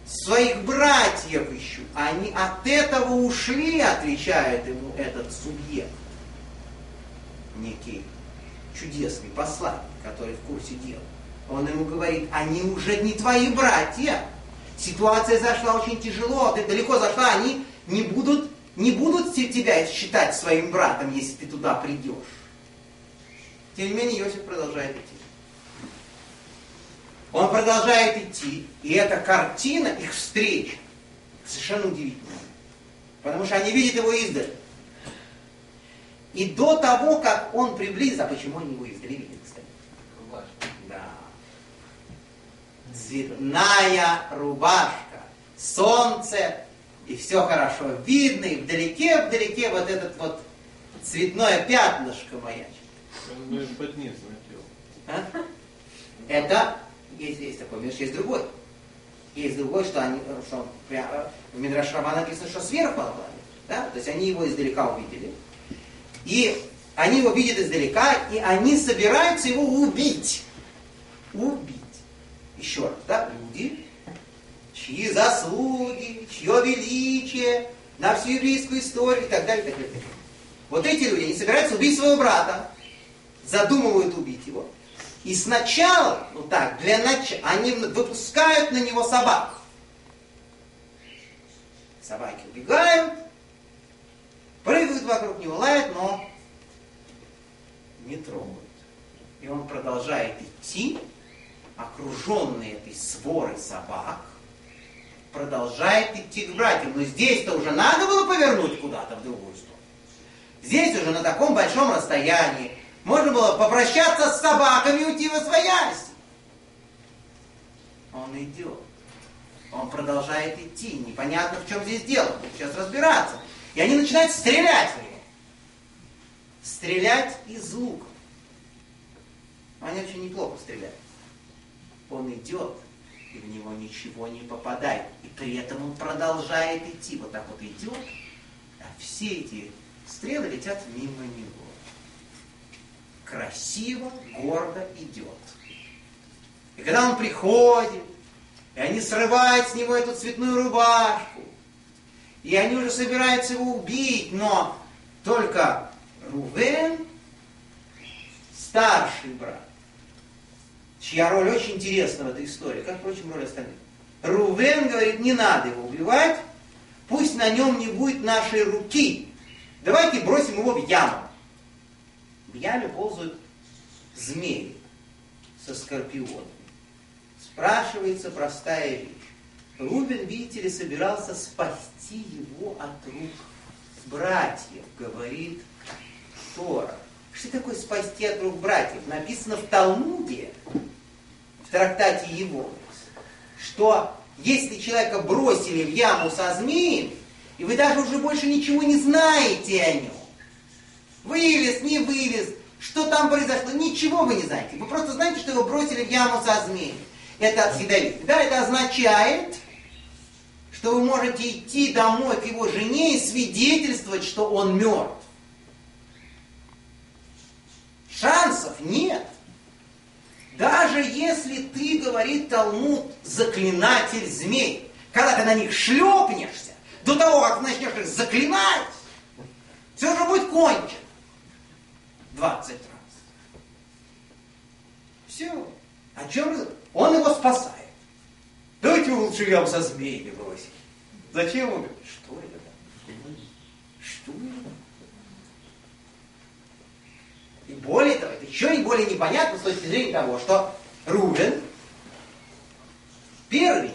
своих братьев ищу. Они от этого ушли, отвечает ему этот субъект. Некий чудесный посланник, который в курсе дела. Он ему говорит, они уже не твои братья. Ситуация зашла очень тяжело, ты далеко зашла, они не будут тебя считать своим братом, если ты туда придешь. Тем не менее, Иосиф продолжает идти. Он продолжает идти, и эта картина их встречи совершенно удивительная. Потому что они видят его издали. И до того, как он приблизился, а почему они его издали видят, кстати? Да. Цветная рубашка, солнце, и все хорошо видно, и вдалеке вот этот вот цветное пятнышко маячит. Он под низ надел. Это есть такой, есть другой. Есть другой, что в Мидраш Раба написано, что сверху положили. Да? То есть они его издалека увидели. И они его видят издалека, и они собираются его убить. Убить. Еще раз, да? Люди, чьи заслуги, чье величие на всю еврейскую историю и так далее, так далее. Вот эти люди, они собираются убить своего брата, задумывают убить его. И сначала, для начала, они выпускают на него собак. Собаки убегают, прыгают вокруг него, лают, но не трогают. И он продолжает идти, окруженный этой сворой собак, продолжает идти к братьям. Но здесь-то уже надо было повернуть куда-то в другую сторону. Здесь уже на таком большом расстоянии можно было попрощаться с собаками и уйти во своясь. Он идет. Он продолжает идти. Непонятно, в чем здесь дело. Будем сейчас разбираться. И они начинают стрелять в него. Стрелять из лука. Они очень неплохо стреляют. Он идет, и в него ничего не попадает. И при этом он продолжает идти. Вот так вот идет, а все эти стрелы летят мимо него. Красиво, гордо идет. И когда он приходит, и они срывают с него эту цветную рубашку, и они уже собираются его убить, но только Рувен, старший брат, чья роль очень интересна в этой истории, как, впрочем, роль остальных. Рувен говорит, не надо его убивать, пусть на нем не будет нашей руки. Давайте бросим его в яму. В яме ползают змеи со скорпионами. Спрашивается простая вещь. Рувен, видите ли, собирался спасти его от рук братьев, говорит Тора. Что такое спасти от рук братьев? Написано в Талмуде, в трактате его, что если человека бросили в яму со змеем, и вы даже уже больше ничего не знаете о нем, вылез, не вылез, что там произошло, ничего вы не знаете. Вы просто знаете, что его бросили в яму со змеем. Это от ядовитых. Да, это означает, что вы можете идти домой к его жене и свидетельствовать, что он мертв. Шансов нет. Даже если ты, говорит Талмуд, заклинатель змей, когда ты на них шлепнешься, до того, как начнешь их заклинать, все же будет кончено. 20 раз. Все. О чем? Он его спасает. Давайте его лучше яму со змеями бросим. Зачем он? Что это? Что это? И более того, это еще и более непонятно с точки зрения того, что Рувен первенец.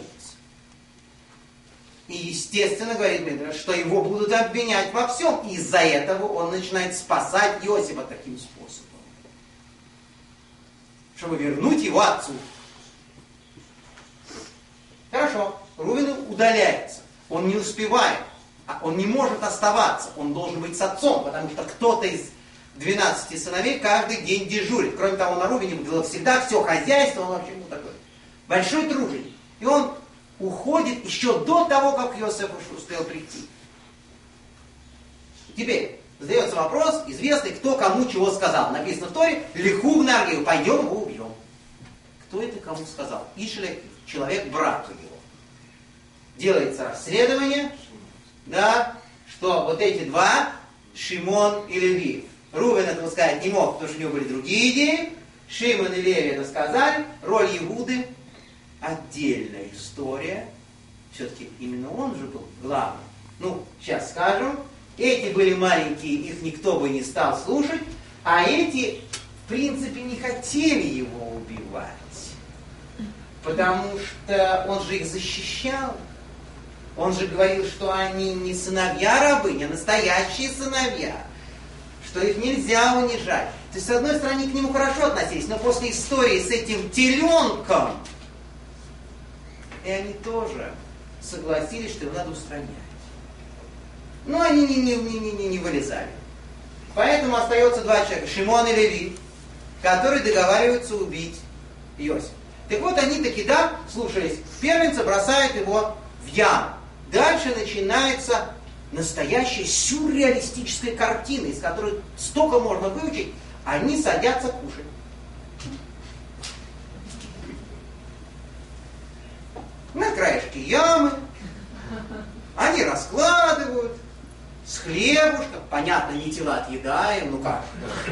И естественно, говорит Мидраш, что его будут обвинять во всем. И из-за этого он начинает спасать Иосифа таким способом. Чтобы вернуть его отцу. Хорошо, Рувен удаляется. Он не успевает. Он не может оставаться. Он должен быть с отцом, потому что кто-то из 12 сыновей каждый день дежурит. Кроме того, на Рувене было всегда все хозяйство, он вообще такой большой труженик. И он уходит еще до того, как Иосиф успел прийти. Теперь задается вопрос, известный, кто кому чего сказал. Написано в Торе, лиху в Наргию, пойдем его убьем. Кто это кому сказал? Ишле, человек брату его. делается расследование, да, что вот эти два, Шимон и Леви. Рувен этого сказать не мог, потому что у него были другие идеи. Шимон и Леви это сказали. Роль Иуды — отдельная история. Все-таки именно он же был главным. Ну, сейчас скажем. Эти были маленькие, их никто бы не стал слушать. А эти, в принципе, не хотели его убивать. Потому что он же их защищал. Он же говорил, что они не сыновья рабынь, а настоящие сыновья. Что их нельзя унижать. То есть, с одной стороны, они к нему хорошо относились, но после истории с этим теленком, и они тоже согласились, что его надо устранять. Но они не вылезали. Поэтому остается два человека, Шимон и Леви, которые договариваются убить Иосифа. Так вот, они таки, да, слушаясь первенца, бросают его в яму. Дальше начинается настоящая сюрреалистическая картина, из которой столько можно выучить. Они садятся кушать. На краешке ямы. Они раскладывают с хлебушком. Понятно, не тела отъедаем, ну как.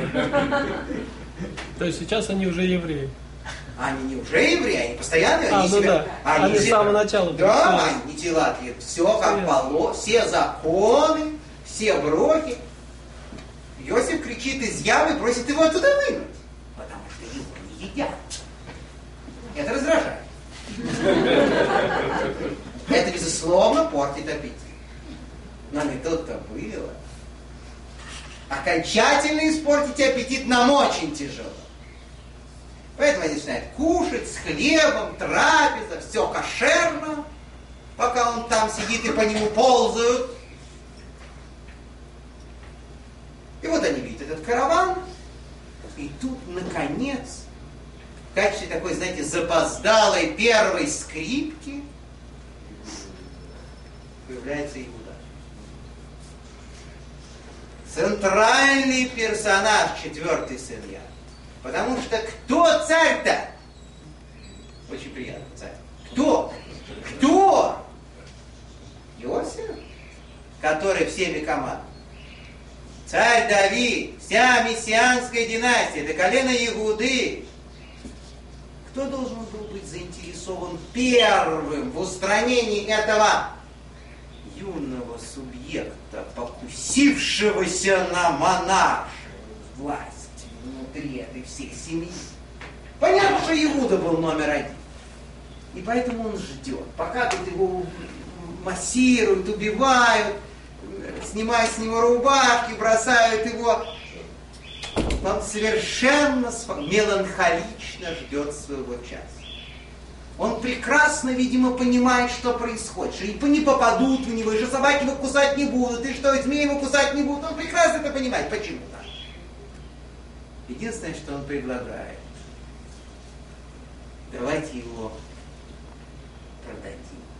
То есть сейчас они уже евреи. Они не уже евреи, они постоянно, они ну себя... Да. Они с самого начала. Да, они тела отъедают. Все как положено, все законы, все брохи. Иосиф кричит из ямы и просит его оттуда вынуть. Потому что его не едят. Это раздражает. Это, безусловно, портит аппетит. Но не тут-то было. Окончательно испортить аппетит нам очень тяжело. Поэтому они начинают кушать с хлебом, трапеза, все кошерно, пока он там сидит и по нему ползают. И вот они видят этот караван, и тут, наконец, в качестве такой, знаете, запоздалой первой скрипки появляется Иуда. Центральный персонаж, четвертый сын Яна. Потому что кто царь-то? Очень приятно, царь. Кто? Кто? Иосиф, который всеми командует. Царь Давид, вся мессианская династия, до колена Иуды. Кто должен был быть заинтересован первым в устранении этого юного субъекта, покусившегося на монаршую власть внутри этой всей семьи? Понятно, что Иуда был номер один. И поэтому он ждет, пока тут его массируют, убивают, снимают с него рубашки, бросают его. Он совершенно меланхолично ждет своего часа. Он прекрасно, видимо, понимает, что происходит, что не попадут в него, и что собаки его кусать не будут, и что змеи его кусать не будут. Он прекрасно это понимает. Почему так? Единственное, что он предлагает, давайте его продадим.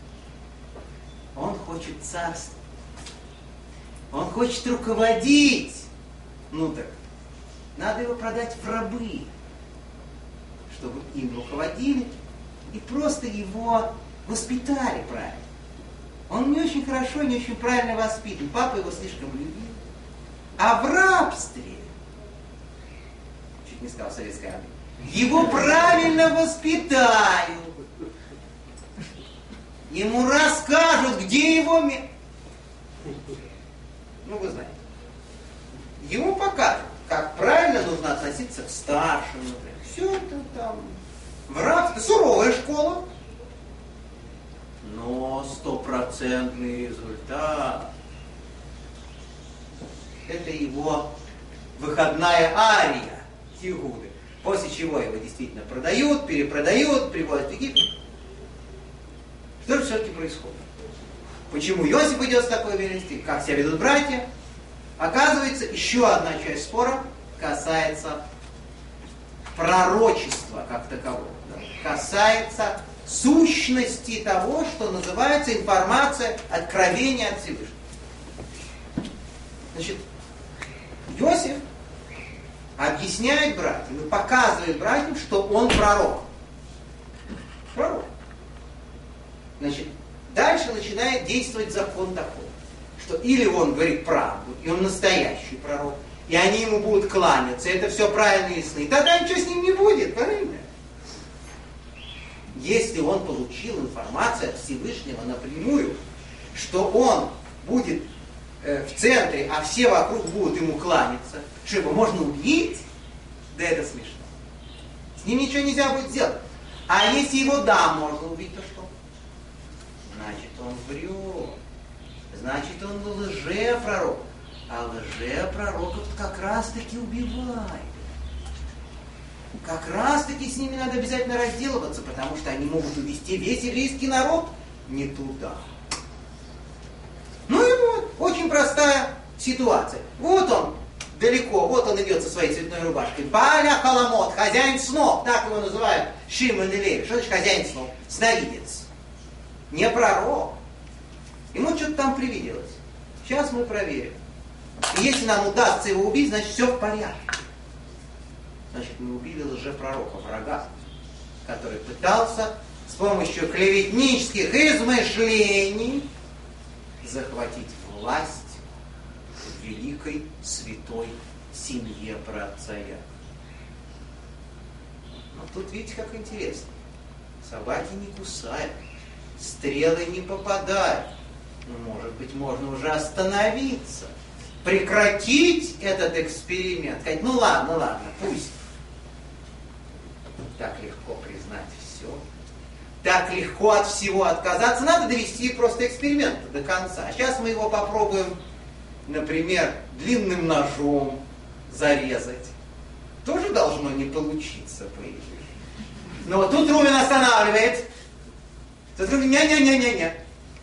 Он хочет царствовать. Он хочет руководить. Ну так, надо его продать в рабы, чтобы им руководили и просто его воспитали правильно. Он не очень хорошо, не очень правильно воспитан. Папа его слишком любил. А в рабстве, чуть не сказал советской армии, его правильно воспитают. Ему расскажут, где его место. Ну, вы знаете. Ему покажут, как правильно нужно относиться к старшим, например. Все это там в рабстве. Суровая школа. Но стопроцентный результат. Это его выходная ария Иуды. После чего его действительно продают, перепродают, приводят в Египет. Что же все-таки происходит? Почему Иосиф идет с такой уверенностью? Как себя ведут братья? Оказывается, еще одна часть спора касается пророчества как такового. Касается сущности того, что называется информация, откровение от Всевышнего. Значит, Иосиф объясняет братьям и показывает братьям, что он пророк. Пророк. Значит, дальше начинает действовать закон такой, что или он говорит правду, и он настоящий пророк, и они ему будут кланяться, и это все правильные сны, тогда ничего с ним не будет, правильно? Если он получил информацию от Всевышнего напрямую, что он будет в центре, а все вокруг будут ему кланяться, что его можно убить? Да это смешно. С ним ничего нельзя будет сделать. А если его да, можно убить, то что? Значит, он врет. Значит, он лжепророк. А лжепророков как раз-таки убивают. Как раз-таки с ними надо обязательно разделываться, потому что они могут увести весь еврейский народ не туда. Ну и вот, очень простая ситуация. Вот он далеко, вот он идет со своей цветной рубашкой. Баля Халамот, хозяин снов, так его называют Шимон и Леви. Что значит хозяин снов? Сновидец. Не пророк. Ему что-то там привиделось. Сейчас мы проверим. И если нам удастся его убить, значит все в порядке. Значит, мы убили лжепророка, врага, который пытался с помощью клеветнических измышлений захватить власть в великой святой семье праотца Якова. Но тут видите, как интересно. Собаки не кусают, стрелы не попадают. Ну, может быть, можно уже остановиться, прекратить этот эксперимент. Сказать, ну ладно, пусть. Так легко признать все. Так легко от всего отказаться. Надо довести просто эксперимент до конца. Сейчас мы его попробуем, например, длинным ножом зарезать. Тоже должно не получиться, по идее. Но вот тут Рувен останавливает. Тут Рувен, не.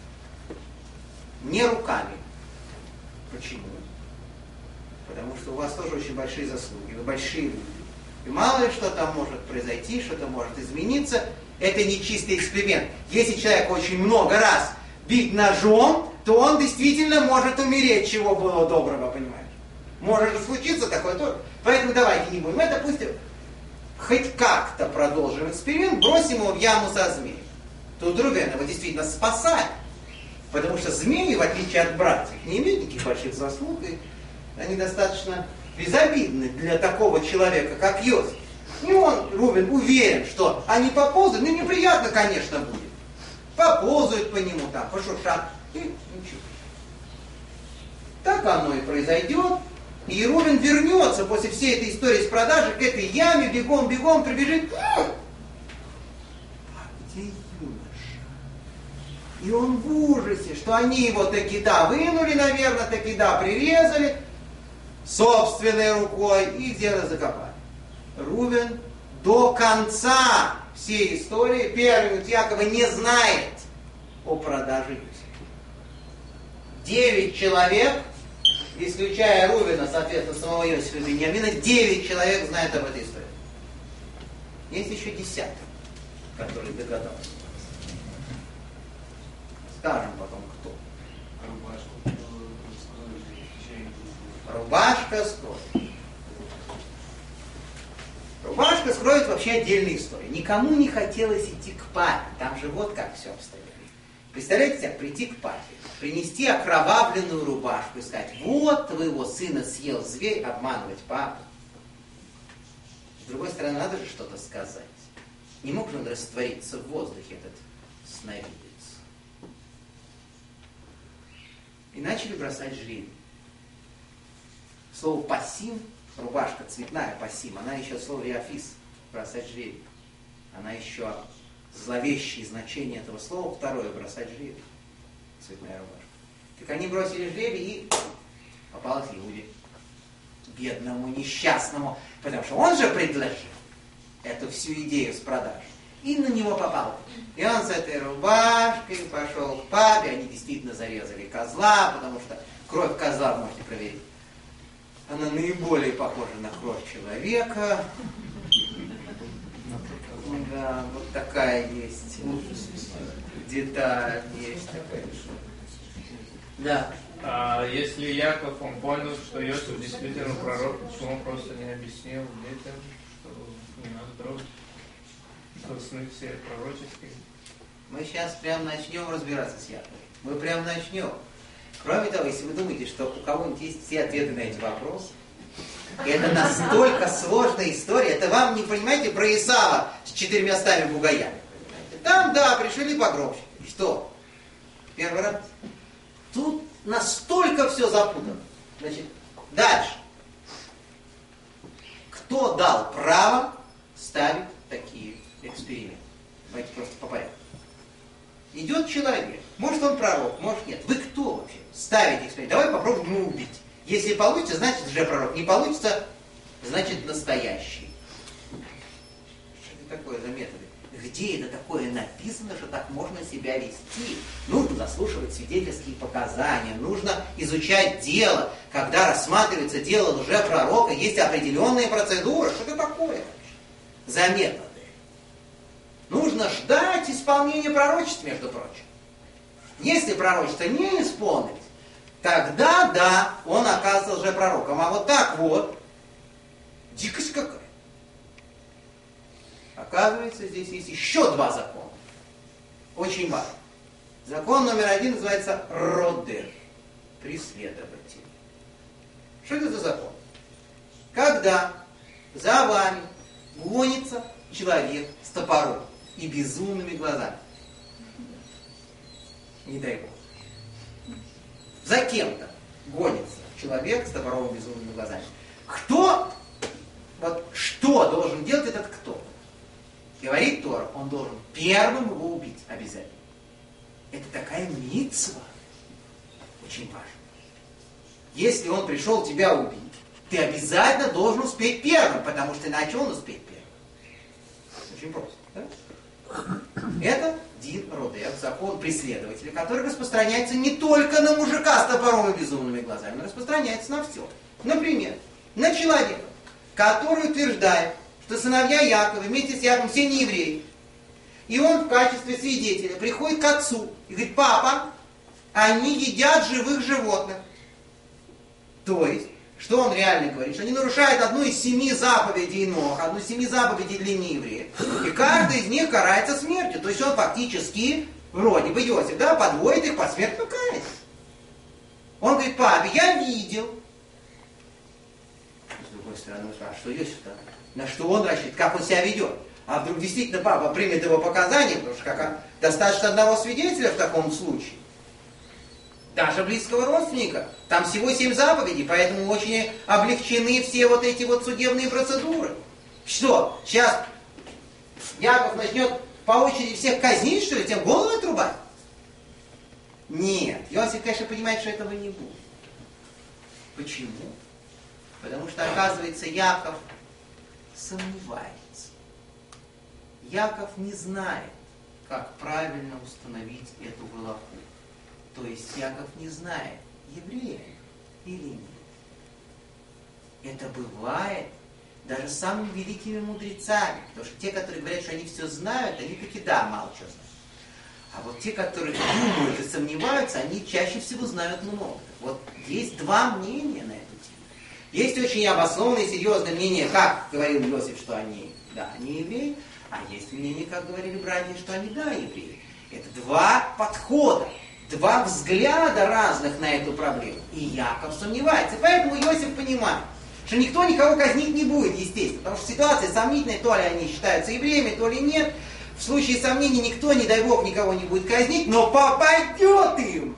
Не руками. Почему? Потому что у вас тоже очень большие заслуги. Вы большие люди. И мало ли что там может произойти, что-то может измениться. Это не чистый эксперимент. Если человек очень много раз бить ножом, то он действительно может умереть, чего было доброго, понимаешь? Может же случиться такое тоже. Поэтому давайте не будем. Это пусть хоть как-то продолжим эксперимент, бросим его в яму со змеем. Тут Рувен его действительно спасает. Потому что змеи, в отличие от братьев, не имеют никаких больших заслуг, и они достаточно безобидны для такого человека, как Йосиф. И он, Рувен, уверен, что они поползают, ну неприятно, конечно, будет. Поползают по нему там, пошуршат, и ничего. Так оно и произойдет. И Рувен вернется после всей этой истории с продажей к этой яме, бегом прибежит. А где юноша? И он в ужасе, что они его таки да вынули, наверное, таки да прирезали собственной рукой и где-то закопали. Рувен до конца всей истории первый Якова не знает о продаже Иосифа. 9 человек, исключая Рувена, соответственно, самого Иосифа и Беньямина, 9 человек знают об этой истории. Есть еще 10, который догадался. Скажем потом, кто. Рубашка скроет. Рубашка скроет вообще отдельная история. Никому не хотелось идти к папе. Там же вот как все обстояло. Представляете себе, прийти к папе, принести окровавленную рубашку и сказать, вот твоего сына съел зверь, обманывать папу. С другой стороны, надо же что-то сказать. Не мог же он раствориться в воздухе, этот сновидец. И начали бросать жребий. Слово «пасим», рубашка цветная «пасим», она еще слово «реофис», бросать жребий. Она еще зловещее значение этого слова, второе, бросать жребий, цветная рубашка. Так они бросили жребий и попалось Иуде, бедному, несчастному, потому что он же предложил эту всю идею с продажей. И на него попал. И он с этой рубашкой пошел к папе, они действительно зарезали козла, потому что кровь козла, можете проверить, она наиболее похожа на кровь человека. Да, вот такая есть деталь, есть такая. Да. А если Яков, он понял, что Иосиф действительно пророк, почему он просто не объяснил детям, что не надо трогать, что сны все пророческие? Мы сейчас прям начнем разбираться с Яковом. Мы прям начнем. Кроме того, если вы думаете, что у кого-нибудь есть все ответы на эти вопросы, это настолько сложная история, это вам, не понимаете, про Исава с 400 бугаями. Там, да, пришли погромщики. Что? Первый раз. Тут настолько все запутано. Значит, дальше. Кто дал право ставить такие эксперименты? Давайте просто по порядку. Идет человек. Может он пророк, может нет. Вы кто вообще? Ставите эксперимент. Давай попробуем его убить. Если получится, значит уже пророк. Не получится, значит настоящий. Что это такое за методы? Где это такое написано, что так можно себя вести? Нужно заслушивать свидетельские показания, нужно изучать дело. Когда рассматривается дело лжепророка, есть определенные процедуры. Что это такое вообще за методы? Нужно ждать исполнения пророчеств, между прочим. Если пророчество не исполнить, тогда да, он оказывается лжепророком. А вот так вот, дикость какая. Оказывается, здесь есть еще два закона. Очень важно. Закон номер 1 называется родер. Преследователь. Что это за закон? Когда за вами гонится человек с топором и безумными глазами. Не дай Бог. За кем-то гонится человек с топором и безумными глазами. Кто, вот что должен делать этот кто? Говорит Тора, он должен первым его убить обязательно. Это такая мицва. Очень важно. Если он пришел тебя убить, ты обязательно должен успеть первым, потому что иначе он успеет первым. Очень просто. Да? Это Дин Родер, закон преследователя, который распространяется не только на мужика с топором и безумными глазами, но распространяется на все. Например, на человека, который утверждает, что сыновья Якова вместе с Яковом все не евреи. И он в качестве свидетеля приходит к отцу и говорит: папа, они едят живых животных. То есть, что он реально говорит? Что они нарушают одну из 7 заповедей Ноха, одну из 7 заповедей для неевреев. И каждый из них карается смертью. То есть он фактически, вроде бы Иосиф, да, подводит их посмертно каяться. Он говорит: папе, я видел. С другой стороны, а что Иосиф-то? На что он рассчитывает? Как он себя ведет? А вдруг действительно папа примет его показания, потому что достаточно одного свидетеля в таком случае. Даже близкого родственника. Там всего 7 заповедей, поэтому очень облегчены все вот эти вот судебные процедуры. Что, сейчас Яков начнет по очереди всех казнить, что ли, тем голову отрубать? Нет, Иосиф, конечно, понимает, что этого не будет. Почему? Потому что, оказывается, Яков сомневается. Яков не знает, как правильно установить эту галаху. То есть Яков не знает, евреи или нет. Это бывает даже с самыми великими мудрецами. Потому что те, которые говорят, что они все знают, они таки да, мало что знают. А вот те, которые думают и сомневаются, они чаще всего знают много. Вот есть два мнения на эту тему. Есть очень обоснованное и серьезное мнение, как говорил Иосиф, что они, да, они евреи, а есть мнение, как говорили братья, что они, да, евреи. Это два подхода, два взгляда разных на эту проблему. И Яков сомневается. Поэтому Иосиф понимает, что никто никого казнить не будет, естественно. Потому что ситуация сомнительная, то ли они считаются евреями, то ли нет. В случае сомнений никто, не дай Бог, никого не будет казнить, но попадет им.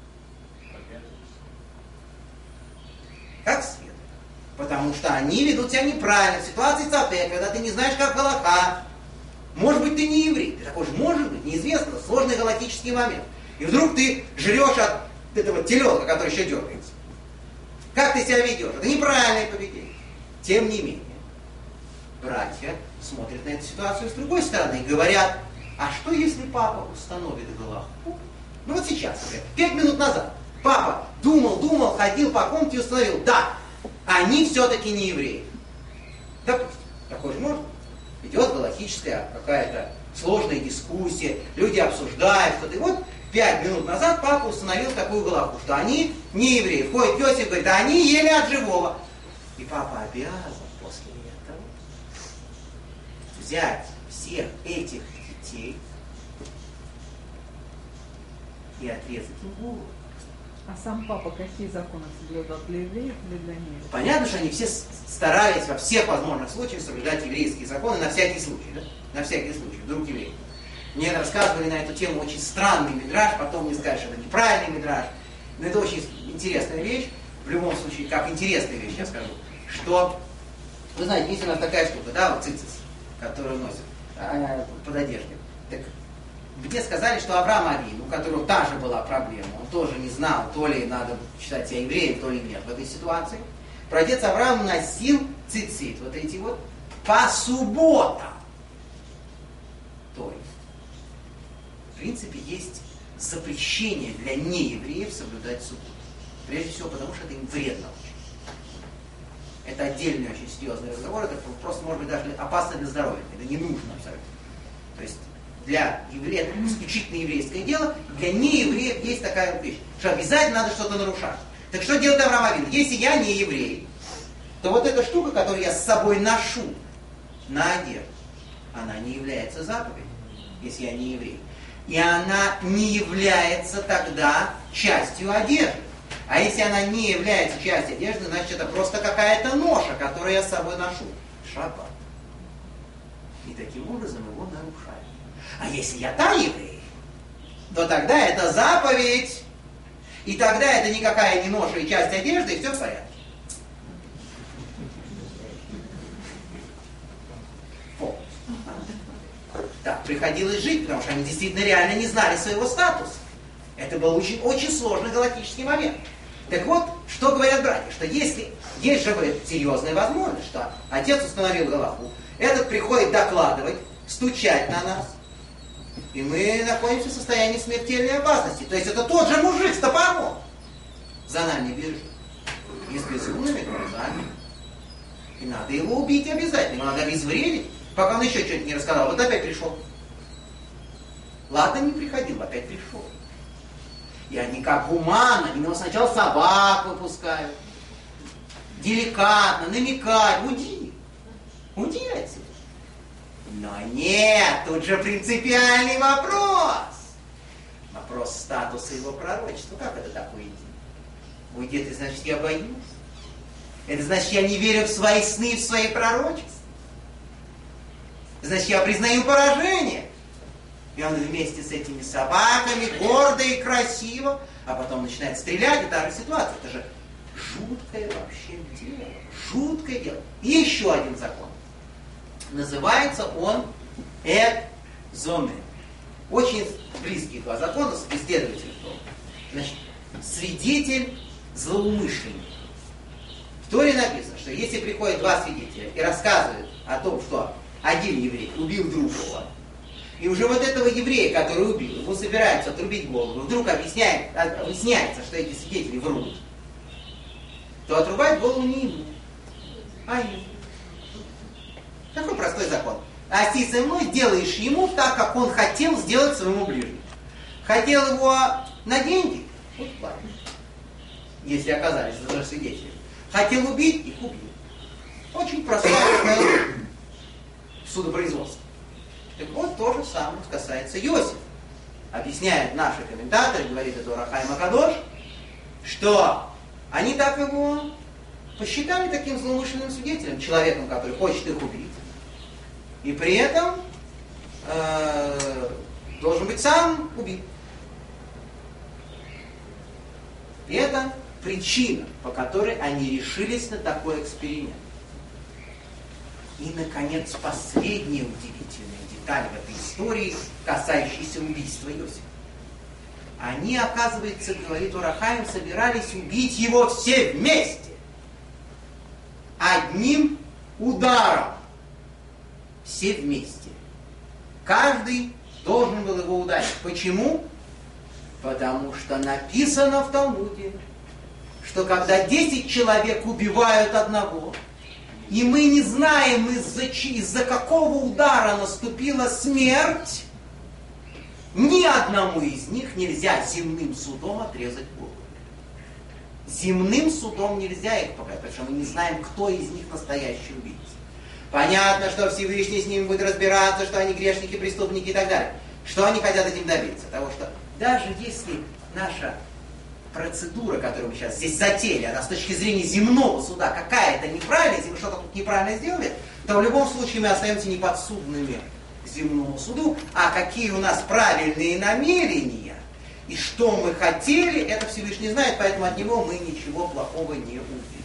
Как следует. Потому что они ведут себя неправильно. В ситуации цапе, когда ты не знаешь, как галаха. Может быть, ты не еврей. Ты такой же, может быть, неизвестно. Сложный галактический момент. И вдруг ты жрешь от этого теленка, который еще дергается. Как ты себя ведешь? Это неправильное поведение. Тем не менее, братья смотрят на эту ситуацию с другой стороны и говорят: а что если папа установит галаху? Ну вот сейчас, например, 5 минут назад. Папа думал, ходил по комнате и установил: да, они все-таки не евреи. Допустим, такое же можно. Идет галахическая какая-то сложная дискуссия, люди обсуждают что-то. И вот 5 минут назад папа установил такую галаху, что они не евреи. Входит Иосиф и говорит: да они ели от живого. И папа обязан после этого взять всех этих детей и отрезать им голову. А сам папа какие законы соблюдал для евреев или для них? Понятно, что они все старались во всех возможных случаях соблюдать еврейские законы на всякий случай, да? На всякий случай, вдруг евреи. Мне рассказывали на эту тему очень странный мидраш, потом мне сказали, что это неправильный мидраш. Но это очень интересная вещь, в любом случае, как интересная вещь, я скажу, что, вы знаете, есть у нас такая штука, да, вот цицис, которую носят под одеждой. Так мне сказали, что Авраам Авину, у которого та же была проблема, он тоже не знал, то ли надо считать себя евреем, то ли нет в этой ситуации. Праотец Авраам носил цицит, вот эти вот, по субботам. То есть, в принципе, есть запрещение для неевреев соблюдать субботу. Прежде всего, потому что это им вредно очень. Это отдельный очень серьезный разговор, это просто, может быть, даже опасно для здоровья. Это не нужно абсолютно. То есть, для евреев, это исключительно еврейское дело, для неевреев есть такая вот вещь, что обязательно надо что-то нарушать. Так что делает Авраам Авину? Если я не еврей, то вот эта штука, которую я с собой ношу на одежду, она не является заповедью, если я не еврей. И она не является тогда частью одежды. А если она не является частью одежды, значит это просто какая-то ноша, которую я с собой ношу. Шаббат. И таким образом его нарушаю. А если я там еврей, то тогда это заповедь. И тогда это никакая не ноша и часть одежды, и все в порядке. Так приходилось жить, потому что они действительно реально не знали своего статуса. Это был очень, очень сложный галактический момент. Так вот, что говорят братья, что если есть же, говорит, серьезная возможность, что отец установил галаху, этот приходит докладывать, стучать на нас, и мы находимся в состоянии смертельной опасности. То есть это тот же мужик с топором за нами бежит. И с безумными глазами. И надо его убить обязательно. Его надо обезвредить, пока он еще что-нибудь не рассказал. Вот опять пришел. Ладно, не приходил, опять пришел. И они как гуманно, они его сначала собак выпускают. Деликатно, намекают. Уйди отсюда. Но нет, тут же принципиальный вопрос. Вопрос статуса его пророчества. Как это так уйди? Уйди, это значит, я боюсь. Это значит, я не верю в свои сны, в свои пророчества. Значит, я признаю поражение. И он вместе с этими собаками, гордо и красиво, а потом начинает стрелять, и та же ситуация. Это же жуткое вообще дело. Жуткое дело. И еще один закон. Называется он Эд-Зоме. Очень близкие два закона, исследователи. Значит, свидетель злоумышленник. В Торе написано, что если приходят два свидетеля и рассказывают о том, что один еврей убил другого, и уже вот этого еврея, который убил, ему собираются отрубить голову, вдруг объясняется, что эти свидетели врут, то отрубать голову не ему, а ему. Такой простой закон. Оси со мной, делаешь ему так, как он хотел сделать своему ближнему. Хотел его на деньги? Вот платишь. Если оказались даже свидетелями. Хотел убить? Их убил. Очень простое судопроизводство. Так вот, то же самое касается Иосифа. Объясняют наши комментаторы, говорит это Ор ха-Хаим ха-Кадош, что они так его посчитали таким злоумышленным свидетелем, человеком, который хочет их убить. И при этом должен быть сам убит. И это причина, по которой они решились на такой эксперимент. И, наконец, последняя удивительная деталь в этой истории, касающаяся убийства Иосифа. Они, оказывается, говорит Ор ха-Хаим, собирались убить его все вместе. Одним ударом. Все вместе. Каждый должен был его ударить. Почему? Потому что написано в Талмуде, что когда 10 человек убивают одного, и мы не знаем, из-за какого удара наступила смерть, ни одному из них нельзя земным судом отрезать голову. Земным судом нельзя их показать, потому что мы не знаем, кто из них настоящий убийца. Понятно, что Всевышний с ними будет разбираться, что они грешники, преступники и так далее. Что они хотят этим добиться? Того, что даже если наша процедура, которую мы сейчас здесь затеяли, она с точки зрения земного суда какая-то неправильная, если мы что-то тут неправильно сделали, то в любом случае мы остаемся неподсудными земному суду, а какие у нас правильные намерения и что мы хотели, это Всевышний знает, поэтому от него мы ничего плохого не увидим.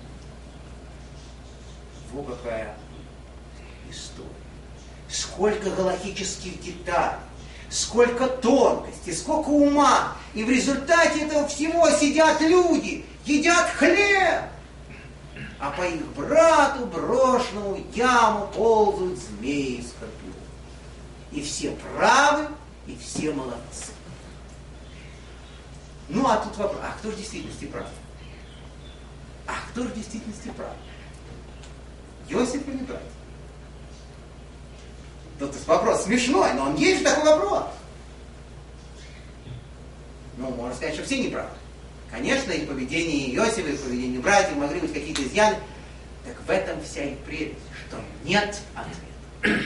Вот какая история. Сколько галактических деталей, сколько тонкостей, сколько ума. И в результате этого всего сидят люди, едят хлеб, а по их брату брошенному в яму ползают змеи и скорпионы. И все правы, и все молодцы. Ну а тут вопрос, а кто же в действительности прав? А кто же в действительности прав? Иосиф или братья? Тут вопрос смешной, но он есть же такой вопрос. Ну, можно сказать, что все неправы. Конечно, и в поведении Иосифа, и в поведении братьев могли быть какие-то изъяны. Так в этом вся и прелесть, что нет ответа.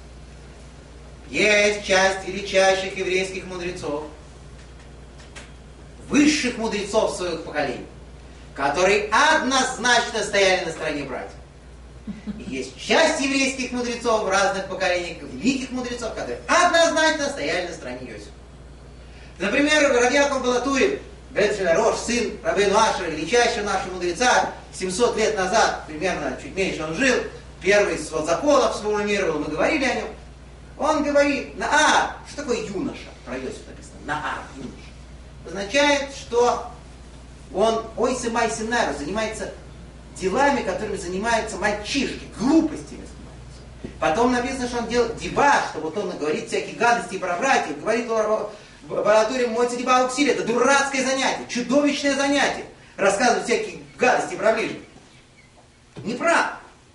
Есть часть величайших еврейских мудрецов, высших мудрецов своих поколений, которые однозначно стояли на стороне братьев. И есть часть еврейских мудрецов в разных поколениях, великих мудрецов, которые однозначно стояли на стороне Иосифа. Например, Рав Яков Балатурин, Бет Шеларош, сын Рабейну Ашера, величайшего нашего мудреца, 700 лет назад, примерно чуть меньше он жил, первый из законов сформулировал, мы говорили о нем. Он говорит, Наар, что такое юноша? Про Иосифа написано, Наар, юноша. Означает, что он ойсы майсы нару, занимается делами, которыми занимаются мальчишки, глупостями занимаются. Потом написано, что он делает дебаш, что вот он говорит всякие гадости про братьев, говорит о Балатуре Моци Дебау Ксиле. Это дурацкое занятие, чудовищное занятие. Рассказывать всякие гадости про ближних. Неправда.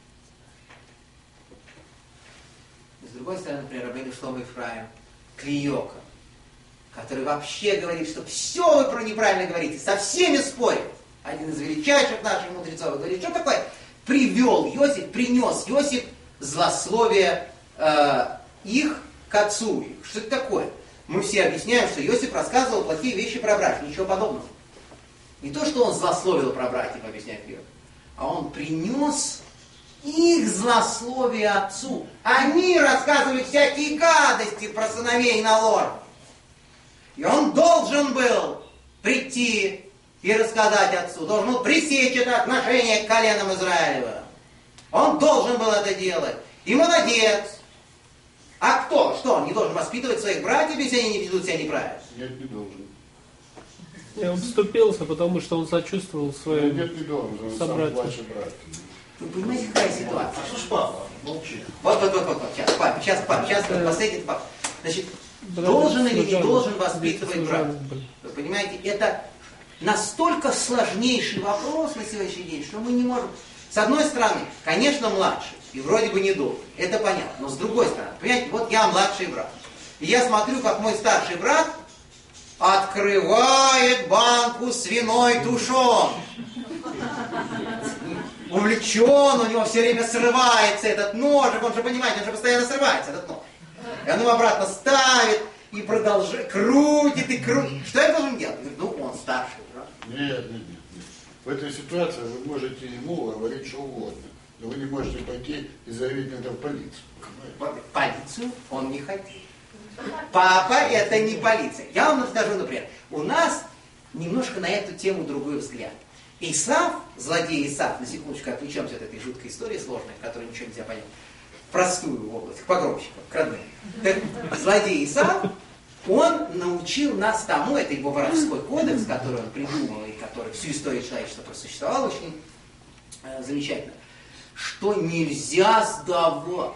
С другой стороны, например, Рабейну Шломо Ефраим Клиока, который вообще говорит, что все вы про неправильно говорите, со всеми спорит. Один из величайших наших мудрецов говорит, что такое привел Иосиф, принес Иосиф злословие их к отцу их. Что это такое? Мы все объясняем, что Иосиф рассказывал плохие вещи про братьев, ничего подобного. Не то, что он злословил про братьев, объясняет Иосиф, а он принес их злословие отцу. Они рассказывали всякие гадости про сыновей Налор. И он должен был прийти и рассказать отцу, должен был пресечь это отношение к коленам Израилева. Он должен был это делать. И молодец. А кто? Что, он не должен воспитывать своих братьев, если они не ведут себя неправильно? Нет, не должен. И он вступился, потому что он сочувствовал своим Нет, не должен, он сам собратьям. младший брат. Вы понимаете, какая ситуация? А что ж папа? Молчи. Вот, сейчас, последний папа. Значит, Брат, должен или не служанин, должен воспитывать брат? служанин, блин. Вы понимаете, это настолько сложнейший вопрос на сегодняшний день, что мы не можем... С одной стороны, конечно, младший, и вроде бы не должен, это понятно. Но с другой стороны, понимаете, вот я младший брат. И я смотрю, как мой старший брат открывает банку свиной тушенки. Увлечен, у него все время срывается этот ножик, он же понимает, он же постоянно срывается, этот нож. И он его обратно ставит и продолжает, крутит и крутит. Что я должен делать? Ну, он старший брат. Нет. В этой ситуации вы можете ему говорить что угодно, но вы не можете пойти и заявить на это в полицию. Полицию он не хотел. Папа это не полиция. Я вам расскажу, например, у нас немножко на эту тему другой взгляд. Исав, злодей Исав, на секундочку отвлечемся от этой жуткой истории сложной, в которой ничего нельзя понять, в простую область, к погромщикам, к родным. Так, злодей Исав, он научил нас тому, это его воровской кодекс, который он придумал, и который всю историю человечества просуществовал очень замечательно, что нельзя сдавать.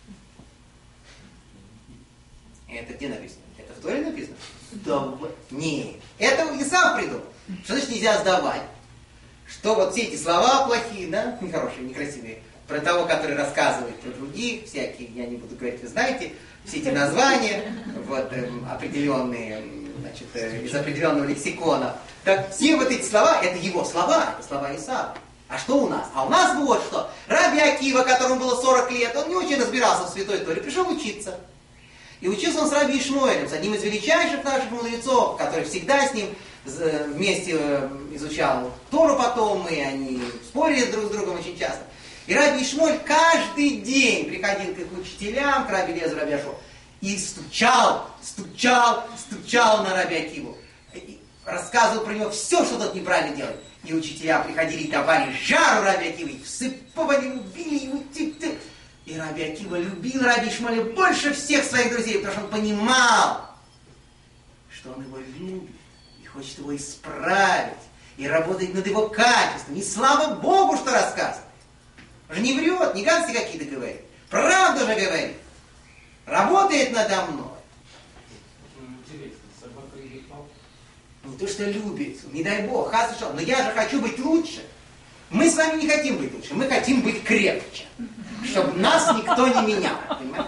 Это где написано? Это в Торе написано? Сдавать. Нет. Это Исав придумал. Что значит нельзя сдавать? Что вот все эти слова плохие, да, нехорошие, некрасивые, про того, который рассказывает про других, всякие, я не буду говорить, вы знаете, все эти названия, вот, определенные, значит, из определенного лексикона. Так, все вот эти слова, это его слова, это слова Исава. А что у нас? А у нас вот что. Раби Акива, которому было 40 лет, он не очень разбирался в Святой Торе, пришел учиться. И учился он с Раби Ишмоэлем, с одним из величайших наших мудрецов, который всегда с ним вместе изучал Тору потом, и они спорили друг с другом очень часто. И Раби Ишмоэль каждый день приходил к их учителям, к Раби Лезеру, Раби Ашо, и стучал на Раби Акиву. И рассказывал про него все, что тот неправильно делает. И учителя приходили и давали жару Раби Акиве, всыпывали, убили его. И Раби Акива любил Раби Ишмоэля больше всех своих друзей, потому что он понимал, что он его любит и хочет его исправить, и работает над его качеством. И слава Богу, что рассказывает. Он же не врет, не гадости какие-то говорит. Правду же говорит. Работает надо мной. Не то, что любит, не дай Бог, но я же хочу быть лучше. Мы с вами не хотим быть лучше, мы хотим быть крепче. Чтобы нас никто не менял, понимаете?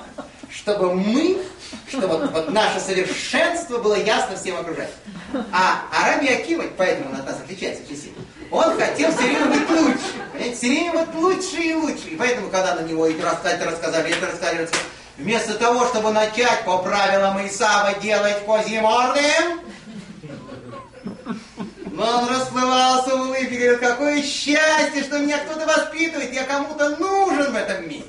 Чтобы вот наше совершенство было ясно всем окружающим. А Раби Акива, поэтому он от нас отличается очень сильно, он хотел все время быть лучше. Понимаете? Все время вот лучше и лучше. И поэтому, когда на него это рассказали, вместо того, чтобы начать по правилам Исава делать позимордым, он расплывался в улыбке и говорит: какое счастье, что меня кто-то воспитывает, я кому-то нужен в этом мире.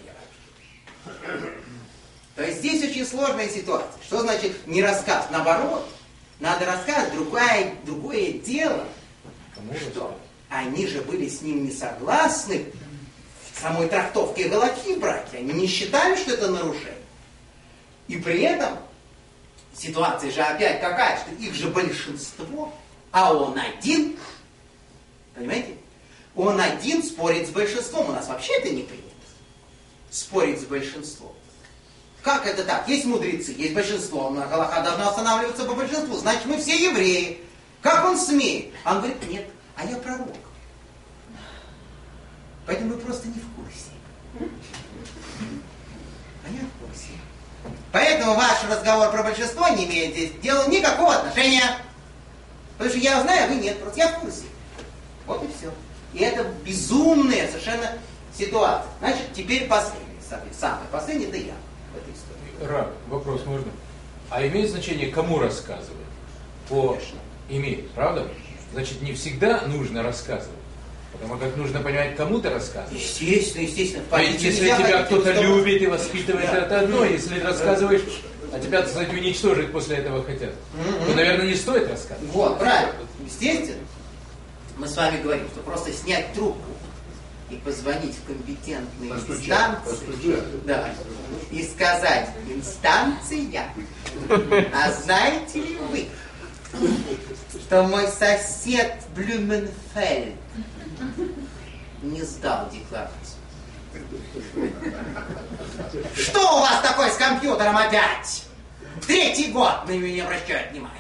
То есть здесь очень сложная ситуация. Что значит не рассказ? Наоборот, надо рассказать. Другое дело, что они же были с ним не согласны в самой трактовке Галахи, братья. Они не считали, что это нарушение. И при этом ситуация же опять какая, что их же большинство, а он один, понимаете? Он один спорит с большинством. У нас вообще это не принято. Спорить с большинством. Как это так? Есть мудрецы, есть большинство. Галаха должна останавливаться по большинству. Значит, мы все евреи. Как он смеет? А он говорит: нет, а я пророк. Поэтому вы просто не в курсе. А я в курсе. Поэтому ваш разговор про большинство не имеет здесь к делу никакого отношения. Потому что я знаю, а вы нет. Просто я в курсе. Вот и все. И это безумная совершенно ситуация. Значит, теперь последний. Самый последний — это я в этой истории. Раб, вопрос можно? А имеет значение, кому рассказывать? Конечно. Имеет, правда? Значит, не всегда нужно рассказывать. Потому как нужно понимать, кому ты рассказываешь. Естественно. Ведь если тебя кто-то любит и воспитывает, это одно. Если рассказываешь, а тебя, кстати, уничтожить после этого хотят, то, наверное, не стоит рассказывать. Вот, правильно. Естественно. Мы с вами говорим, что просто снять трубку и позвонить в компетентные инстанции, да, и сказать: инстанция, а знаете ли вы, что мой сосед Блюменфельд не сдал декларацию? Что у вас такое с компьютером опять? 3-й год на него не обращают внимания.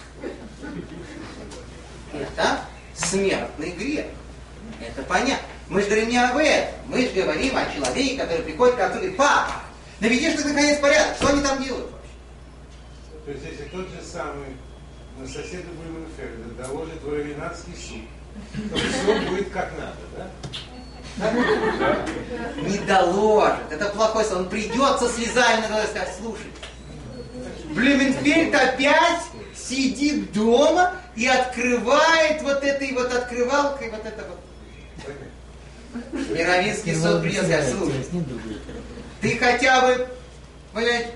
Это смертный грех. Это понятно. Мы же говорим не об этом. Мы же говорим о человеке, который приходит к отцу и говорит: папа, наведешь ты наконец порядок. Что они там делают вообще? То есть если тот же самый соседу Блюменфельда доложит в Равенатский суд, то все будет как надо, да? Не доложит. Это плохой сон. Он придет со слезами на голове и скажет: слушай, Блюменфельд опять сидит дома и открывает вот этой вот открывалкой вот это вот. Мировинский суд придет и скажет: слушай, ты хотя бы, блядь,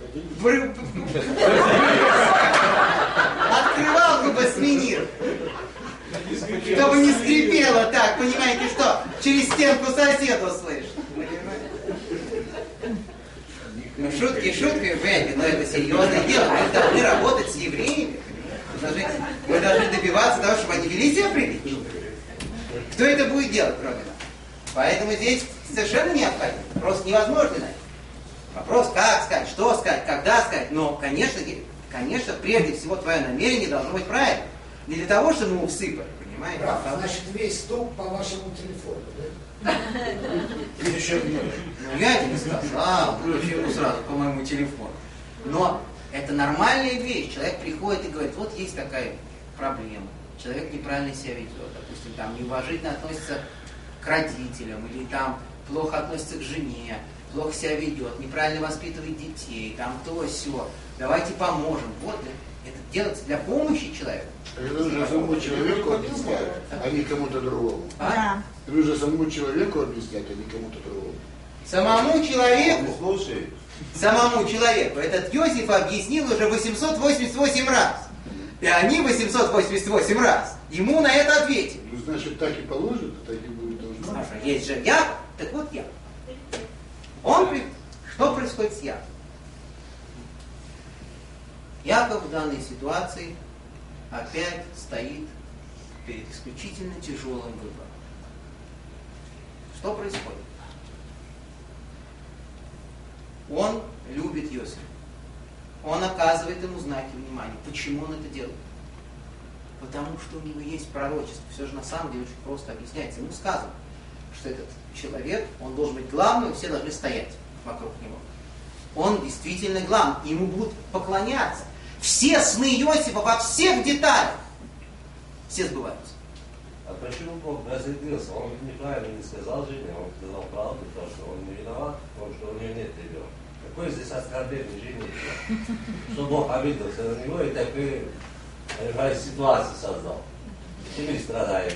открывалку бы сменил, чтобы не скрипело так, понимаете, что через стенку соседу слышишь. Ну, шутки шутками, понимаете, но это серьезное дело. Мы должны работать с евреями. Мы должны добиваться того, чтобы они вели себя прилично. Кто это будет делать, кроме нас? Поэтому здесь совершенно необходимо. Просто невозможно найти. Вопрос, как сказать, что сказать, когда сказать. Но, конечно, прежде всего твое намерение должно быть правильным. Не для того, чтобы мы усыпали, понимаете? Значит, весь стук по вашему телефону, да? Ну, я тебе сказал, почему сразу по моему телефону. Но это нормальная вещь. Человек приходит и говорит: вот есть такая проблема. Человек неправильно себя ведет. Допустим, там неуважительно относится к родителям, или там плохо относится к жене, плохо себя ведет, неправильно воспитывает детей, там то, сё, давайте поможем. Вот это делается для помощи человеку. Это нужно самому человеку объяснять, а не кому-то другому. А? Это нужно самому человеку объяснять, а не кому-то другому. Самому человеку этот Иосиф объяснил уже 888 раз. И они 888 раз ему на это ответили. Ну, значит, так и положено, так и будет должно. Саша, есть же Яков, так вот Яков. Что происходит с Яковом? Яков в данной ситуации опять стоит перед исключительно тяжелым выбором. Что происходит? Он любит Иосифа. Он оказывает ему знаки внимания. Почему он это делает? Потому что у него есть пророчество. Все же на самом деле очень просто объясняется. Ему сказано, что этот человек, он должен быть главным, и все должны стоять вокруг него. Он действительно главный, ему будут поклоняться. Все сны Иосифа во всех деталях, все сбываются. А почему Бог разрядился? Он неправильно не сказал жене, он сказал правду, то, что он не виноват, потому что у него нет ребенка. Какое здесь оскорбление жене? Что Бог обиделся на него и такую ситуацию создал. И мы страдаем.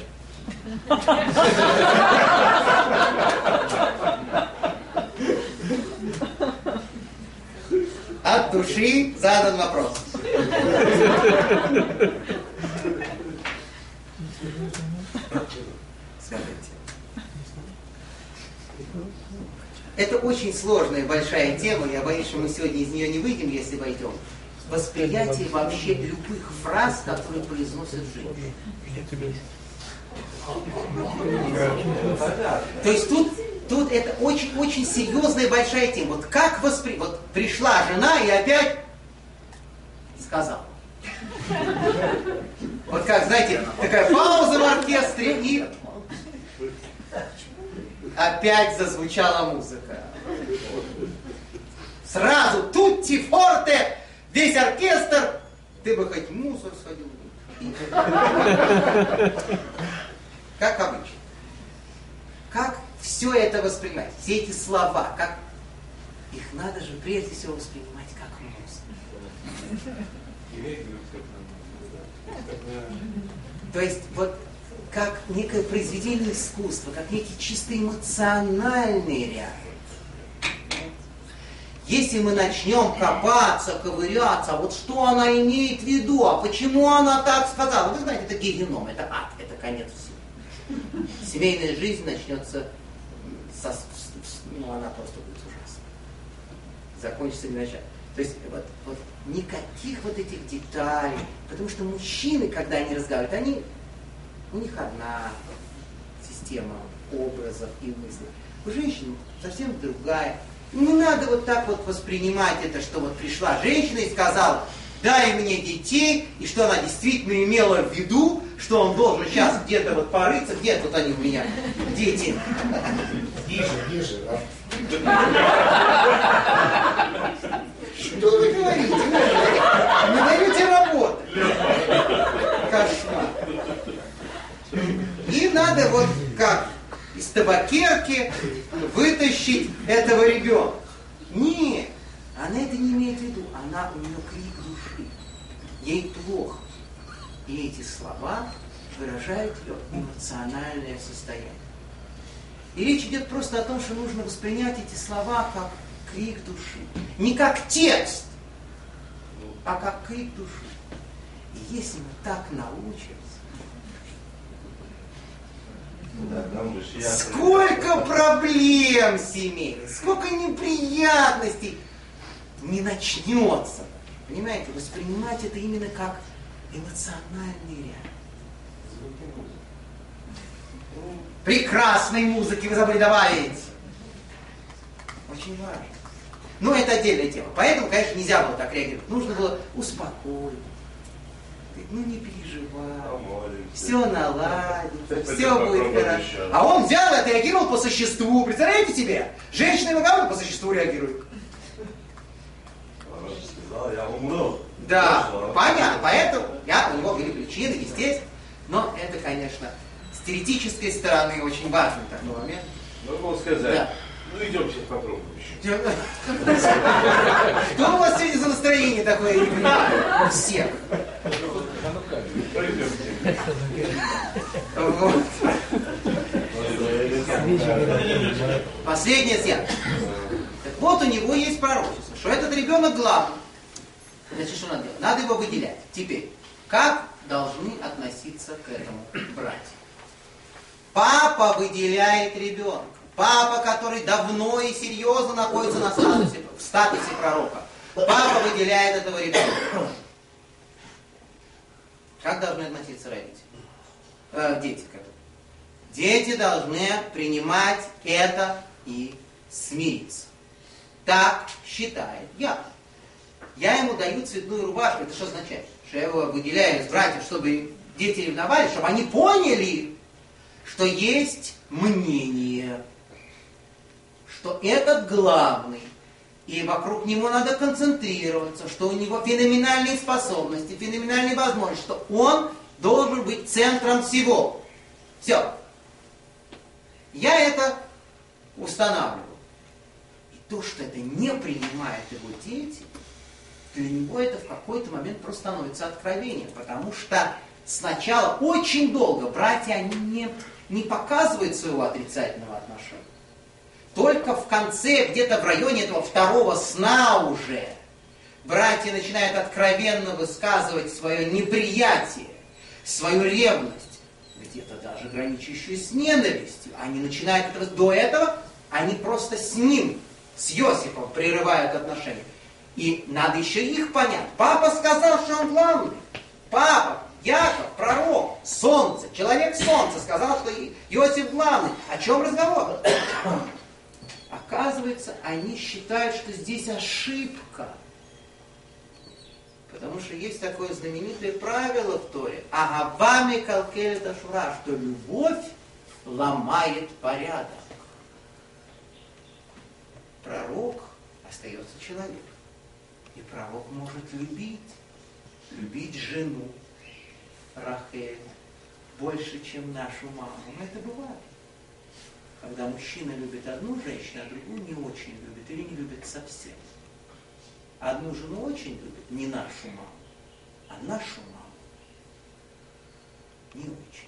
От души задан вопрос. Скажите. Это очень сложная, большая тема. Я боюсь, что мы сегодня из нее не выйдем, если войдем. Восприятие вообще любых фраз, которые произносят женщины. То есть тут это очень серьезная большая тема. Вот как вот пришла жена и опять сказала. Вот как, знаете, такая пауза в оркестре и опять зазвучала музыка. Сразу тутти форте, весь оркестр, ты бы хоть мусор сходил. Как обычно. Как все это воспринимать? Все эти слова, как их надо же прежде всего воспринимать как музыку. То есть вот как некое произведение искусства, как некий чисто эмоциональный ряд. Если мы начнем копаться, ковыряться, вот что она имеет в виду, а почему она так сказала, вы знаете, это геном, это ад, это конец всего. Семейная жизнь начнется она просто будет ужасна. Закончится не начать. То есть вот никаких вот этих деталей, потому что мужчины, когда они разговаривают, у них одна система образов и мыслей. У женщин совсем другая. Не надо вот так вот воспринимать это, что вот пришла женщина и сказала, дай мне детей, и что она действительно имела в виду, что он должен сейчас где-то вот порыться, где тут они у меня, дети. Ниже, да? Что вы говорите? Не даете работы. Кошмар. И надо вот как из табакерки вытащить этого ребенка. Нет, она это не имеет в виду. У нее крик души. Ей плохо. И эти слова выражают ее эмоциональное состояние. И речь идет просто о том, что нужно воспринять эти слова как крик души. Не как текст, а как крик души. И если мы так научимся, сколько проблем семейных, сколько неприятностей не начнется. Понимаете, воспринимать это именно как эмоциональный ряд. Прекрасной музыки вы забыли добавить. Очень важно. Но это отдельная тема. Поэтому, конечно, нельзя было так реагировать. Нужно было успокоить. Не переживай. Все наладится, все будет хорошо. А он взял и отреагировал по существу. Представляете себе? Женщина и мужчина по существу реагируют. Она же сказала, я умру. Да, понятно. Поэтому у него были причины, естественно. Но это, конечно, с теоретической стороны очень важный такой момент. Могу сказать, да. Ну, идемте попробуем еще. Что у вас сегодня за настроение такое, я не понимаю, у всех? Пойдемте. Вот. Последняя съемка. Так вот, у него есть пророчество, что этот ребенок главный. Значит, что надо делать? Надо его выделять. Теперь, как должны относиться к этому братья? Папа выделяет ребенка. Папа, который давно и серьезно находится в статусе пророка. Папа выделяет этого ребенка. Как должны относиться родители? Дети к этому. Дети должны принимать это и смириться. Так считает я. Я ему даю цветную рубашку. Это что означает? Что я его выделяю из братьев, чтобы дети ревновали, чтобы они поняли, что есть мнение, что этот главный, и вокруг него надо концентрироваться, что у него феноменальные способности, феноменальные возможности, что он должен быть центром всего. Все. Я это устанавливаю. И то, что это не принимают его дети, для него это в какой-то момент просто становится откровением, потому что сначала очень долго братья они не показывают своего отрицательного отношения. Только в конце, где-то в районе этого второго сна уже, братья начинают откровенно высказывать свое неприятие, свою ревность, где-то даже граничащую с ненавистью. Они начинают это, до этого, они просто с ним, с Иосифом прерывают отношения. И надо еще их понять. Папа сказал, что он главный. Папа, Яков, пророк, солнце, человек солнца, сказал, что Иосиф главный. О чем разговор? Оказывается, они считают, что здесь ошибка. Потому что есть такое знаменитое правило в Торе. Агава мекалкелет ашура, что любовь ломает порядок. Пророк остается человеком. И пророк может любить жену Рахель больше, чем нашу маму. Но это бывает. Когда мужчина любит одну женщину, а другую не очень любит или не любит совсем. Одну жену очень любит, не нашу маму, а нашу маму не очень.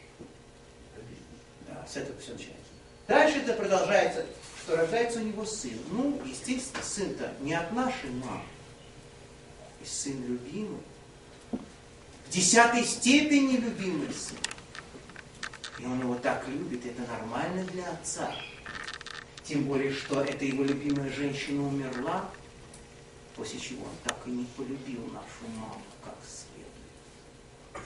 Да, с этого все начинается. Дальше это продолжается, что рождается у него сын. Ну, естественно, сын-то не от нашей мамы. И сын любимый. В 10-й степени любимый сын. И он его так любит, это нормально для отца. Тем более, что эта его любимая женщина умерла, после чего он так и не полюбил нашу маму как следует.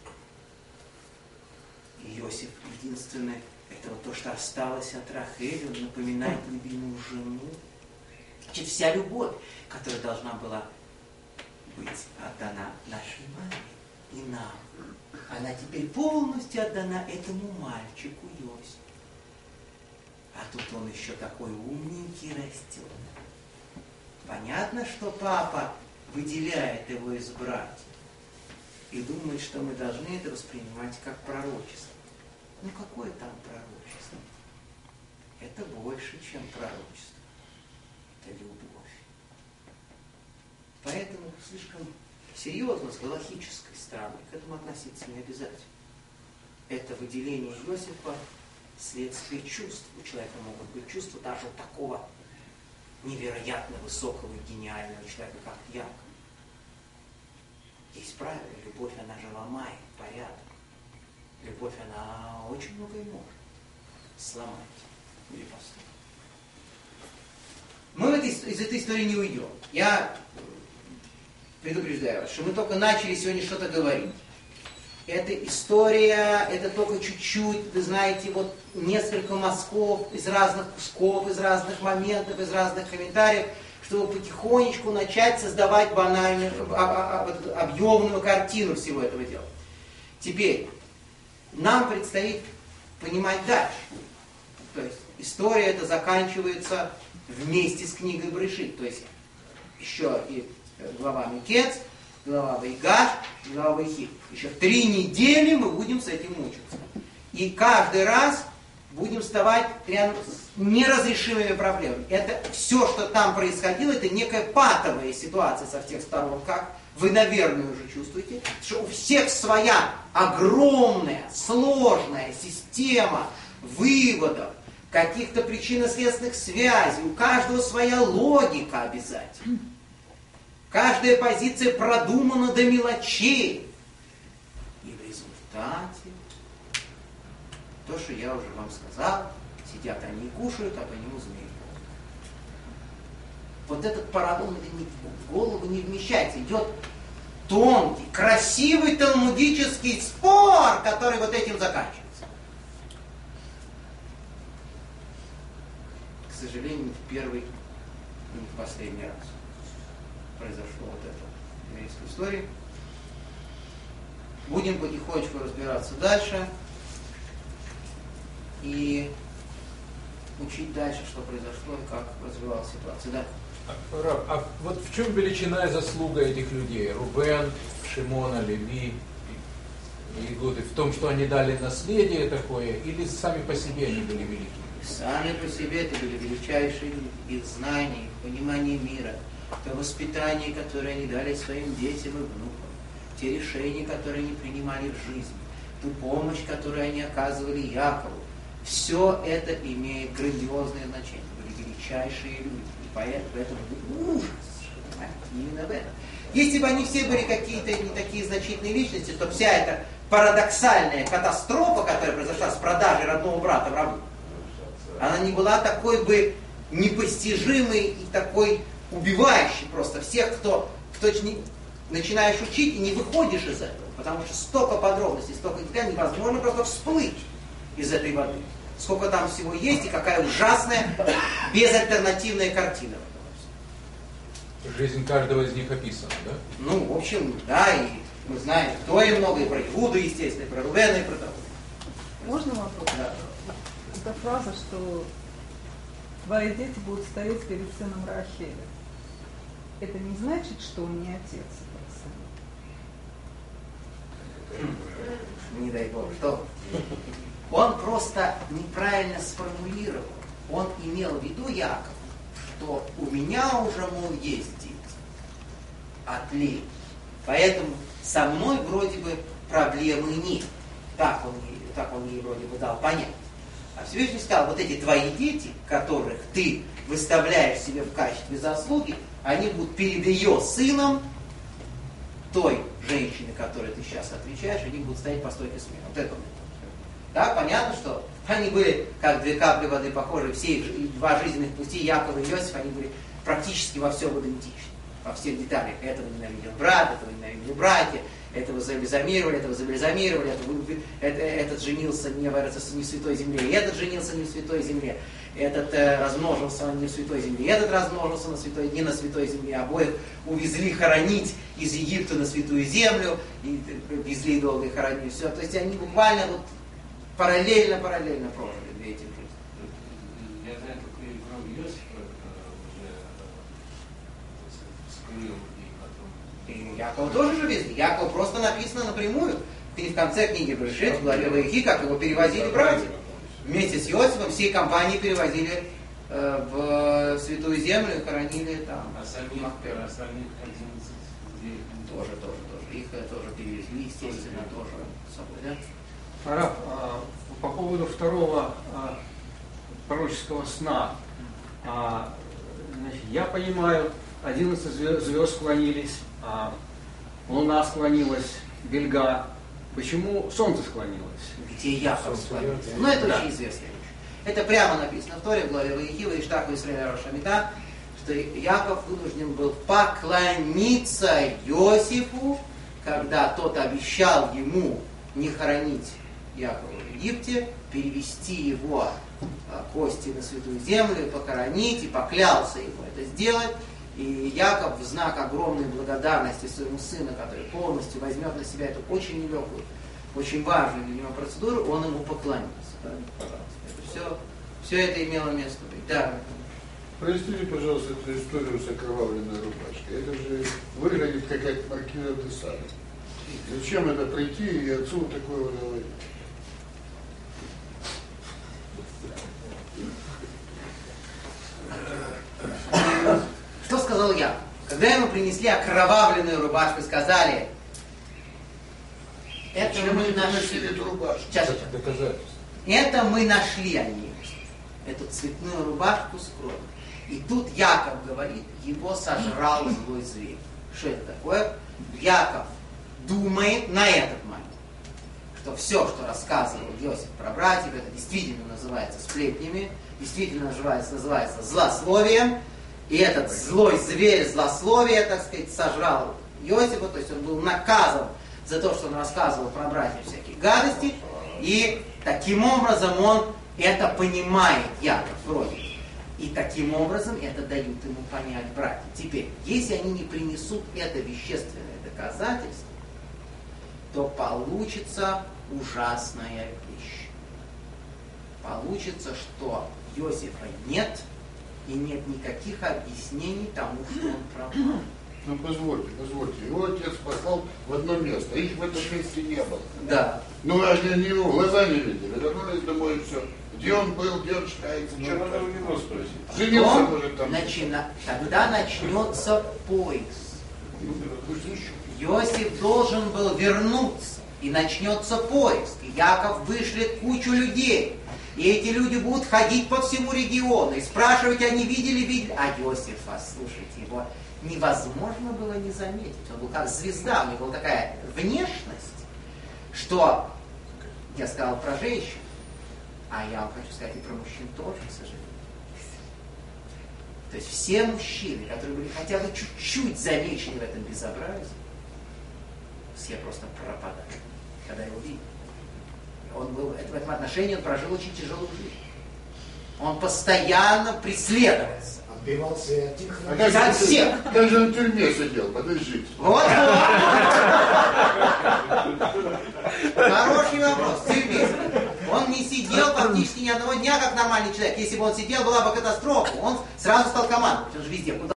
И Иосиф единственное, это вот то, что осталось от Рахели, он напоминает любимую жену. Значит, вся любовь, которая должна была быть отдана нашей маме и нам, она теперь полностью отдана этому мальчику Иосифу. А тут он еще такой умненький растет. Понятно, что папа выделяет его из братьев и думает, что мы должны это воспринимать как пророчество. Ну какое там пророчество? Это больше, чем пророчество. Это любовь. Поэтому слишком серьезно с галахической стороны к этому относиться не обязательно. Это выделение Иосифа следствие чувств. У человека могут быть чувства даже такого невероятно высокого и гениального человека, как Яков. Есть правило, любовь, она же ломает порядок. Любовь, она очень многое может сломать или построить. Мы из этой истории не уйдем. Я предупреждаю вас, что мы только начали сегодня что-то говорить. Эта история, это только чуть-чуть, вы знаете, вот несколько мазков из разных кусков, из разных моментов, из разных комментариев, чтобы потихонечку начать создавать банальную, объемную картину всего этого дела. Теперь, нам предстоит понимать дальше. То есть, история эта заканчивается вместе с книгой Брешит. То есть, еще и глава Микец, глава Вайгаш, глава Вайхи. Еще 3 недели мы будем с этим мучиться. И каждый раз будем вставать рядом с неразрешимыми проблемами. Это все, что там происходило, это некая патовая ситуация со всех сторон, как вы, наверное, уже чувствуете, что у всех своя огромная, сложная система выводов, каких-то причинно-следственных связей, у каждого своя логика обязательно. Каждая позиция продумана до мелочей. И в результате, то, что я уже вам сказал, сидят они и кушают, а по нему змеи. Вот этот парадокс в голову не вмещается. Идет тонкий, красивый талмудический спор, который вот этим заканчивается. К сожалению, не в первый, не в последний раз произошло вот это в еврейской истории. Будем потихонечку разбираться дальше и учить дальше, что произошло и как развивалась ситуация. Да? Рав, а вот в чем величина и заслуга этих людей? Рувен, Шимона, Леви и Игуды? В том, что они дали наследие такое, или сами по себе они были велики? Сами по себе это были величайшие их знания, их понимание мира, то воспитание, которое они дали своим детям и внукам, те решения, которые они принимали в жизни, ту помощь, которую они оказывали Якову. Все это имеет грандиозное значение. Это были величайшие люди. И поэтому ужас. Именно в этом. Если бы они все были какие-то не такие значительные личности, то вся эта парадоксальная катастрофа, которая произошла с продажей родного брата в рабу, она не была такой бы непостижимой и такой убивающей просто всех, кто начинаешь учить и не выходишь из этого. Потому что столько подробностей, столько деталей, невозможно просто всплыть из этой воды. Сколько там всего есть и какая ужасная, безальтернативная картина. Жизнь каждого из них описана, да? Ну, в общем, да, и мы знаем, кто и много, и про Иуду, естественно, и про Рувена, и про того. Можно вопрос? Да. Эта фраза, что твои дети будут стоять перед сыном Рахеля. Это не значит, что он не отец этого сына? Не дай Бог, что? Он просто неправильно сформулировал. Он имел в виду, Яков, что у меня уже, мол, есть дети от Леи. Поэтому со мной вроде бы проблемы нет. Так он ей вроде бы дал понять. А Всевышний сказал, вот эти твои дети, которых ты выставляешь себе в качестве заслуги, они будут перед ее сыном, той женщины, которой ты сейчас отвечаешь, они будут стоять по стойке смирно. Вот это он. Да, понятно, что они были как две капли воды похожи, все их два жизненных пути, Яков и Иосиф, они были практически во всем идентичны, во всех деталях. Этого ненавидел брат, этого ненавидели братья, этого забальзамировали, этот женился не в святой земле, и этот женился не в святой земле, этот размножился не в святой земле, этот размножился не на святой земле, обоих увезли хоронить из Египта на святую землю, и везли долго и хоронили, все. То есть они буквально вот параллельно прожили две эти жизни. Я знаю, только и кроме Иосифа уже скрыл и потом. И Якова тоже же везли. Якова просто написано напрямую. И в конце книги Брешит, в главе Ваихи, как его перевозили братья. Вместе с Иосифом всей компанией перевозили в Святую Землю и хоронили там. А остальных 11 где? Тоже. Их тоже перевезли, естественно, тоже с собой, да? Рав, по поводу второго пророческого сна. Значит, я понимаю, 11 звезд склонились, луна склонилась, Бельга. Почему солнце склонилось? Где Яков склонился? Ну, это очень известная вещь. Это прямо написано в Торе, в главе Ваихи, Ваиштах Исраэля Рош Амита, что Яков вынужден был поклониться Иосифу, когда тот обещал ему не хоронить Якова в Египте, перевести его кости на Святую Землю, похоронить, и поклялся ему это сделать. И Яков в знак огромной благодарности своему сыну, который полностью возьмет на себя эту очень нелегкую, очень важную для него процедуру, он ему поклонился. Пожалуйста. Все это имело место быть. Да. Простите, пожалуйста, эту историю с окровавленной рубашкой. Это же выглядит как маркиза де Саде. Зачем это прийти и отцу такое говорить? Когда ему принесли окровавленную рубашку, сказали, это мы нашли. Сейчас. Доказательства. Это мы нашли, они, эту цветную рубашку с кровью. И тут Яков говорит, его сожрал злой зверь. Что это такое? Яков думает на этот момент, что все, что рассказывал Иосиф про братьев, это действительно называется сплетнями, действительно называется злословием. И этот злой зверь злословия, так сказать, сожрал Иосифа, то есть он был наказан за то, что он рассказывал про братьев всякие гадости. И таким образом он это понимает, Яков вроде. И таким образом это дают ему понять братья. Теперь, если они не принесут это вещественное доказательство, то получится ужасная вещь. Получится, что Иосифа нет, и нет никаких объяснений тому, что он пропал. Ну, позвольте. Его отец послал в одно место, их в этом месте не было. Да. Ну, они его в глаза не видели, вернулись домой и все. Где он был, где он шляется, Что надо у него спросить? женился, может, там. Тогда начнется поиск. Иосиф должен был вернуться, и начнется поиск. И Яков вышлет кучу людей. И эти люди будут ходить по всему региону и спрашивать, они видели. А Иосифа, слушайте, его невозможно было не заметить. Он был как звезда, у него была такая внешность, что я сказал про женщин, а я вам хочу сказать и про мужчин тоже, к сожалению. То есть все мужчины, которые были хотя бы чуть-чуть замечены в этом безобразии, все просто пропадали, когда его видели. Он был, в этом отношении он прожил очень тяжелую жизнь. Он постоянно преследовался. Отбивался и от них. Как всех. Даже в тюрьме сидел, подождите. Вот. Хороший вопрос. В тюрьме. Он не сидел практически ни одного дня, как нормальный человек. Если бы он сидел, была бы катастрофа. Он сразу стал командовать. Он же везде.